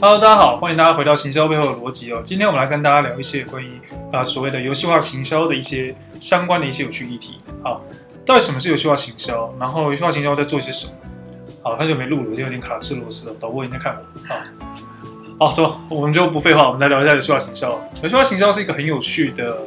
Hello，大家好，欢迎大家回到行销背后的逻辑哦。今天我们来跟大家聊一些关于所谓的游戏化行销的一些相关的一些有趣议题。好，到底什么是游戏化行销？然后游戏化行销在做些什么？好，很久没录了，我就有点卡吃螺丝了。导播已经在看我。好，走，我们就不废话，我们来聊一下游戏化行销。游戏化行销是一个很有趣的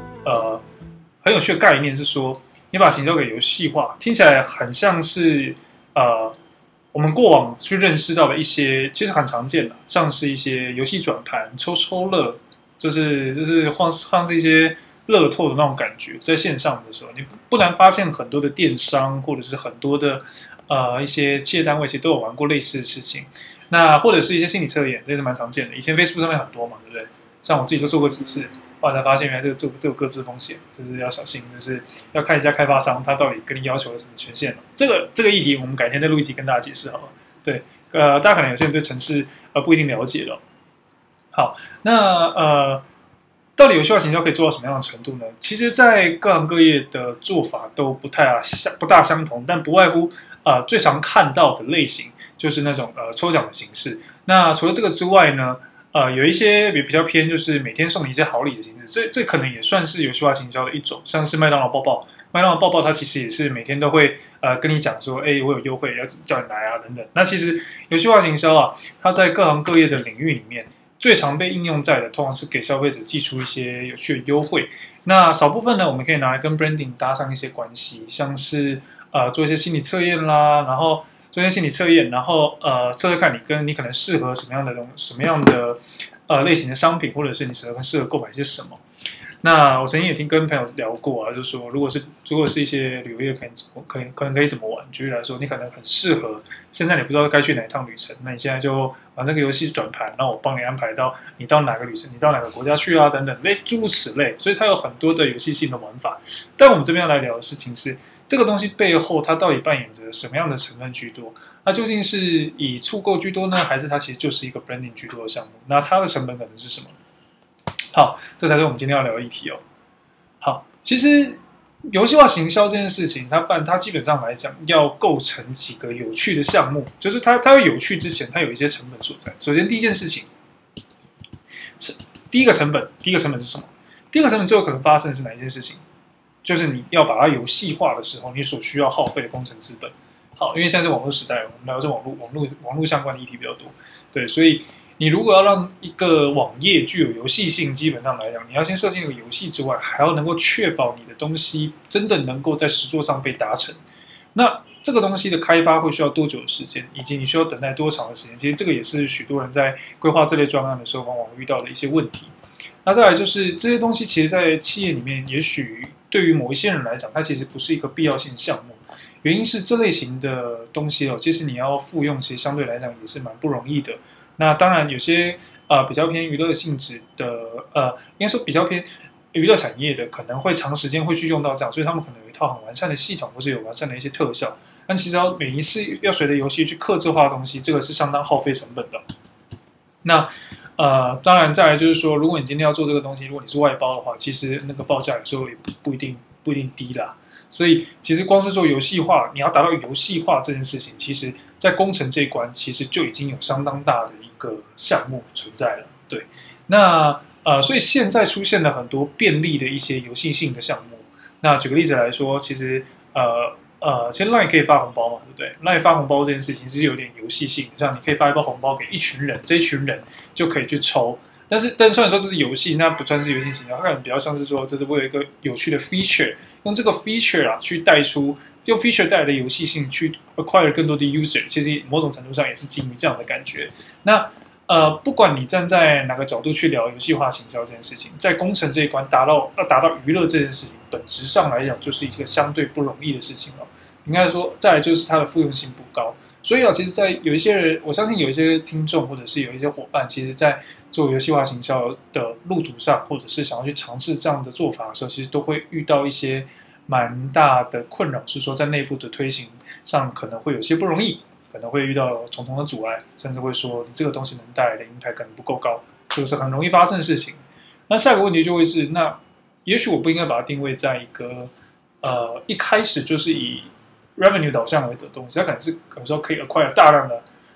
概念，是说你把行销给游戏化，听起来很像是我们过往去认识到的一些，其实很常见的，像是一些游戏转盘、抽乐，就是像是一些乐透的那种感觉。在线上的时候，你不难发现很多的电商或者是很多的一些企业单位，其实都有玩过类似的事情。那或者是一些心理测验，这是蛮常见的。以前 Facebook 上面很多嘛，对不对？像我自己就做过几次。后来才发现，原来这有各自风险，就是要小心，就是要看一下开发商他到底跟你要求了什么权限。这个议题，我们改天再录一集跟大家解释好了。对，大家可能有些人对程式不一定了解了。好，那到底游戏化行销可以做到什么样的程度呢？其实，在各行各业的做法都不大相同，但不外乎最常看到的类型就是那种抽奖的形式。那除了这个之外呢？有一些比较偏，就是每天送你一些好礼的形式，这可能也算是游戏化行销的一种，像是麦当劳抱抱，它其实也是每天都会跟你讲说，我有优惠要叫你来啊等等。那其实游戏化行销啊，它在各行各业的领域里面，最常被应用在的，通常是给消费者寄出一些有趣的优惠。那少部分呢，我们可以拿来跟 branding 搭上一些关系，像是做一些心理测验啦，然后。做一些心理测验，然后测看你可能适合什么样的类型的商品，或者是你适合购买一些什么。那我曾经也跟朋友聊过啊，就是说如果是一些旅游业可能可以怎么玩？举例来说，你可能很适合，现在你不知道该去哪一趟旅程，那你现在就玩这个游戏转盘，然后我帮你安排到你到哪个旅程，你到哪个国家去啊等等，诸如此类。所以它有很多的游戏性的玩法。但我们这边要来聊的事情是。这个东西背后，它到底扮演着什么样的成分居多？它究竟是以促购居多呢，还是它其实就是一个 branding 居多的项目？那它的成本可能是什么？好，这才是我们今天要聊的议题哦。好，其实游戏化行销这件事情，它基本上来讲要构成几个有趣的项目，就是它要有趣之前，它有一些成本所在。首先第一件事情，第一个成本是什么？第一个成本最有可能发生的是哪一件事情？就是你要把它游戏化的时候，你所需要耗费的工程资本。好，因为现在是网络时代，我们聊的是网络相关的议题比较多，对，所以你如果要让一个网页具有游戏性，基本上来讲，你要先设计一个游戏之外，还要能够确保你的东西真的能够在实作上被达成。那这个东西的开发会需要多久的时间，以及你需要等待多长的时间？其实这个也是许多人在规划这类专案的时候，往往遇到的一些问题。那再来就是这些东西，其实在企业里面，也许对于某一些人来讲，它其实不是一个必要性项目。原因是这类型的东西其实你要复用，其实相对来讲也是蛮不容易的。那当然有些比较偏娱乐性质的应该说比较偏娱乐产业的，可能会长时间会去用到这样，所以他们可能有一套很完善的系统，或是有完善的一些特效。但其实每一次要随着游戏去客制化的东西，这个是相当耗费成本的。那当然，再来就是说，如果你今天要做这个东西，如果你是外包的话，其实那个报价有时候也不一定低啦。所以，其实光是做游戏化，你要达到游戏化这件事情，其实在工程这一关，其实就已经有相当大的一个项目存在了。对，那所以现在出现了很多便利的一些游戏性的项目。那举个例子来说，其实其实 LINE 可以发红包嘛，对不对？LINE 发红包这件事情是有点游戏性，像你可以发一包红包给一群人，这一群人就可以去抽。但是虽然说这是游戏，那不算是游戏行销，它可能比较像是说，这是为了一个有趣的 feature， 用这个 feature 去带出，用 feature 带来的游戏性去 acquire 更多的 user， 其实某种程度上也是基于这样的感觉。那不管你站在哪个角度去聊游戏化行销这件事情，在工程这一关要达到娱乐这件事情，本质上来讲就是一个相对不容易的事情了。应该说，再来就是它的复用性不高。所以其实，在有一些人，我相信有一些听众或者是有一些伙伴，其实在做游戏化行销的路途上，或者是想要去尝试这样的做法的时候，其实都会遇到一些蛮大的困扰，是说在内部的推行上可能会有些不容易，可能会遇到重重的阻碍，甚至会说你这个东西能带来的 impact 可能不够高，这个是很容易发生的事情。那下一个问题就会是，那也许我不应该把它定位在一个一开始就是以revenue 导向为的东西，它可能是有时候可以 acquire 大量的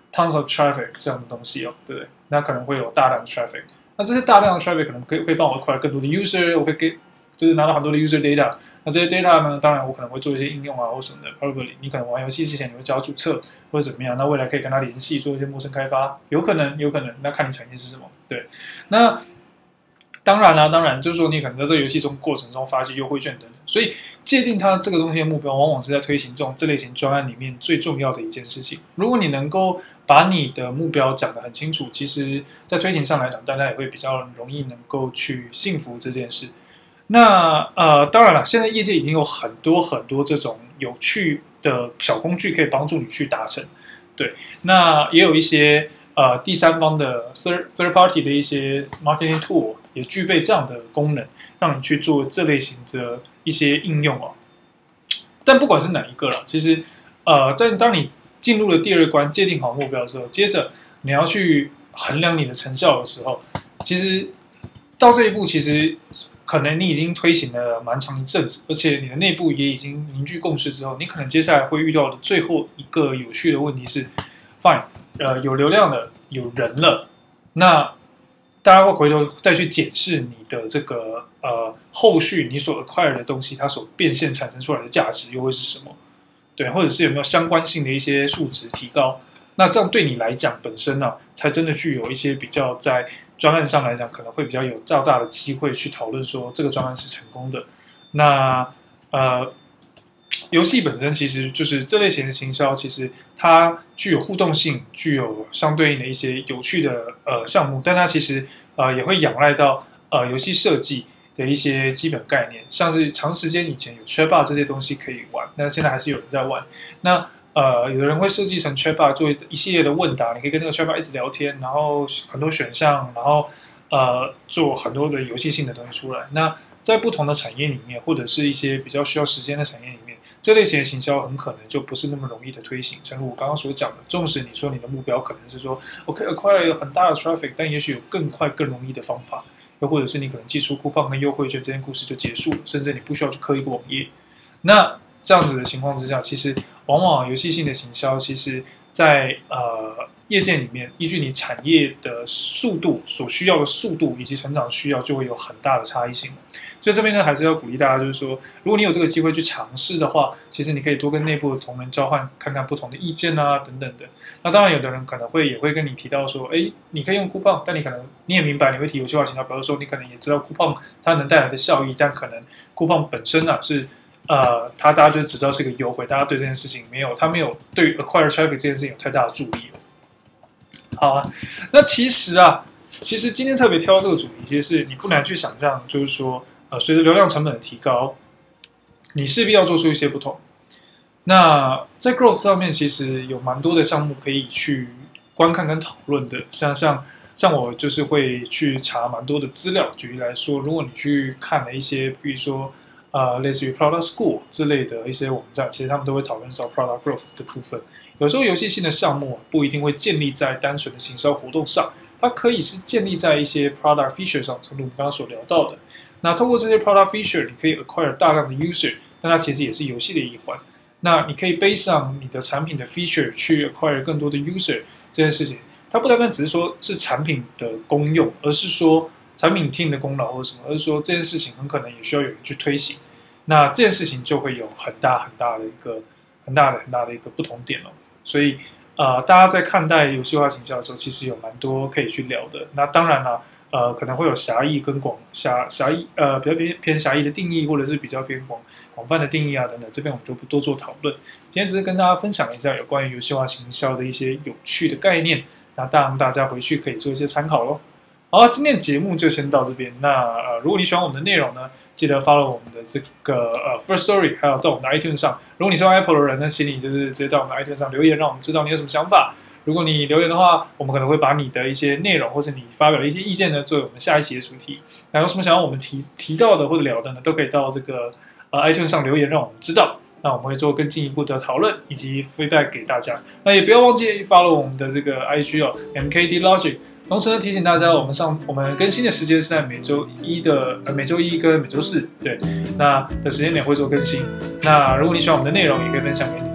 tons of traffic 这样的东西哦，对不对？那可能会有大量的 traffic， 那这些大量的 traffic 可能可以帮我acquire更多的 user， 我可以就是拿到很多的 user data。那这些 data 呢，当然我可能会做一些应用啊或什么的 ，probably 你可能玩游戏之前你会交注册或者怎么样，那未来可以跟他联系做一些陌生开发，有可能，那看你产业是什么，对，那。当然就是说你可能在这个游戏中过程中发一些优惠券等等，所以界定它这个东西的目标，往往是在推行这类型专案里面最重要的一件事情。如果你能够把你的目标讲得很清楚，其实在推行上来讲，大家也会比较容易能够去信服这件事。那当然了，现在业界已经有很多这种有趣的小工具可以帮助你去达成。对，那也有一些第三方的 third party 的一些 marketing tool 也具备这样的功能，让你去做这类型的一些应用哦。但不管是哪一个了，其实当你进入了第二关，界定好目标的时候，接着你要去衡量你的成效的时候，其实到这一步，其实可能你已经推行了蛮长一阵子，而且你的内部也已经凝聚共识之后，你可能接下来会遇到的最后一个有趣的问题是 ，fine， 有流量了，有人了，那大家会回头再去检视你的这个后续你所 acquire 的东西，它所变现产生出来的价值又会是什么？对，或者是有没有相关性的一些数值提高？那这样对你来讲本身呢，才真的具有一些比较在专案上来讲，可能会比较有较大的机会去讨论说这个专案是成功的。那游戏本身其实就是这类型的行销，其实它具有互动性，具有相对应的一些有趣的项目，但它其实也会仰赖到游戏设计的一些基本概念，像是长时间以前有 chatbot 这些东西可以玩，那现在还是有人在玩。那有的人会设计成 chatbot 做一系列的问答，你可以跟那个 chatbot 一直聊天，然后很多选项，然后做很多的游戏性的东西出来。那在不同的产业里面，或者是一些比较需要时间的产业里面，这类型的行销很可能就不是那么容易的推行。正如我刚刚所讲的，纵使你说你的目标可能是说 OK acquire 很大的 traffic， 但也许有更快更容易的方法，又或者是你可能寄出coupon跟优惠券，这件故事就结束了，甚至你不需要去刻一个网页。那这样子的情况之下，其实往往游戏性的行销，其实在业界里面，依据你产业的速度所需要的速度以及成长需要，就会有很大的差异性。所以这边呢，还是要鼓励大家，就是说，如果你有这个机会去尝试的话，其实你可以多跟内部的同仁交换，看看不同的意见啊，等等的。那当然，有的人可能也会跟你提到说，哎，你可以用 coupon， 但你也明白你会提游戏化行销，比如说你可能也知道 coupon 它能带来的效益，但可能 coupon 本身啊是大家就知道是个优惠，大家对这件事情没有对于 acquire traffic 这件事情有太大的注意哦。好啊，那其实今天特别挑这个主题，其实是你不难去想象，就是说，随着流量成本的提高，你势必要做出一些不同。那在 growth 上面，其实有蛮多的项目可以去观看跟讨论的，像我就是会去查蛮多的资料。举例来说，如果你去看了一些，比如说类似于 Product School 之类的一些网站，其实他们都会讨论到 Product Growth 的部分。有时候游戏性的项目不一定会建立在单纯的行销活动上，它可以是建立在一些 Product Feature 上，正如我们刚刚所聊到的。那通过这些 Product Feature， 你可以 acquire 大量的 User， 但它其实也是游戏的一环。那你可以 based on 你的产品的 Feature 去 acquire 更多的 User 这件事情，它不单单只是说是产品的功用，而是说产品 team 的功劳或者什么，而是说这件事情很可能也需要有人去推行。那这件事情就会有很大的一个不同点哦。所以大家在看待游戏化行销的时候，其实有蛮多可以去聊的。那当然了，可能会有狭义跟狭义比较偏狭义的定义，或者是比较偏广泛的定义啊等等，这边我们就不多做讨论。今天只是跟大家分享一下有关于游戏化行销的一些有趣的概念，那让大家回去可以做一些参考咯。好，今天的节目就先到这边。那如果你喜欢我们的内容呢，记得 follow 我们的这个First Story， 还有到我们的 iTunes 上。如果你是用 Apple 的人呢，请你就是直接到我们的 iTunes 上留言，让我们知道你有什么想法。如果你留言的话，我们可能会把你的一些内容或者你发表的一些意见呢，作为我们下一期的主题。那有什么想要我们提到的或者聊的呢，都可以到这个iTunes 上留言，让我们知道。那我们会做更进一步的讨论以及 feedback 给大家。那也不要忘记 follow 我们的这个 IG 哦 ，MKD Logic。同时呢，提醒大家，我们更新的时间是在每周一跟每周四，对，那的时间点会做更新。那如果你喜欢我们的内容，也可以分享给你的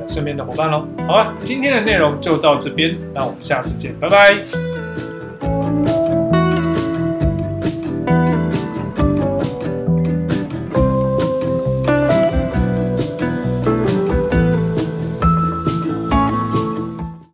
身边的伙伴喽。好了，今天的内容就到这边，那我们下次见，拜拜。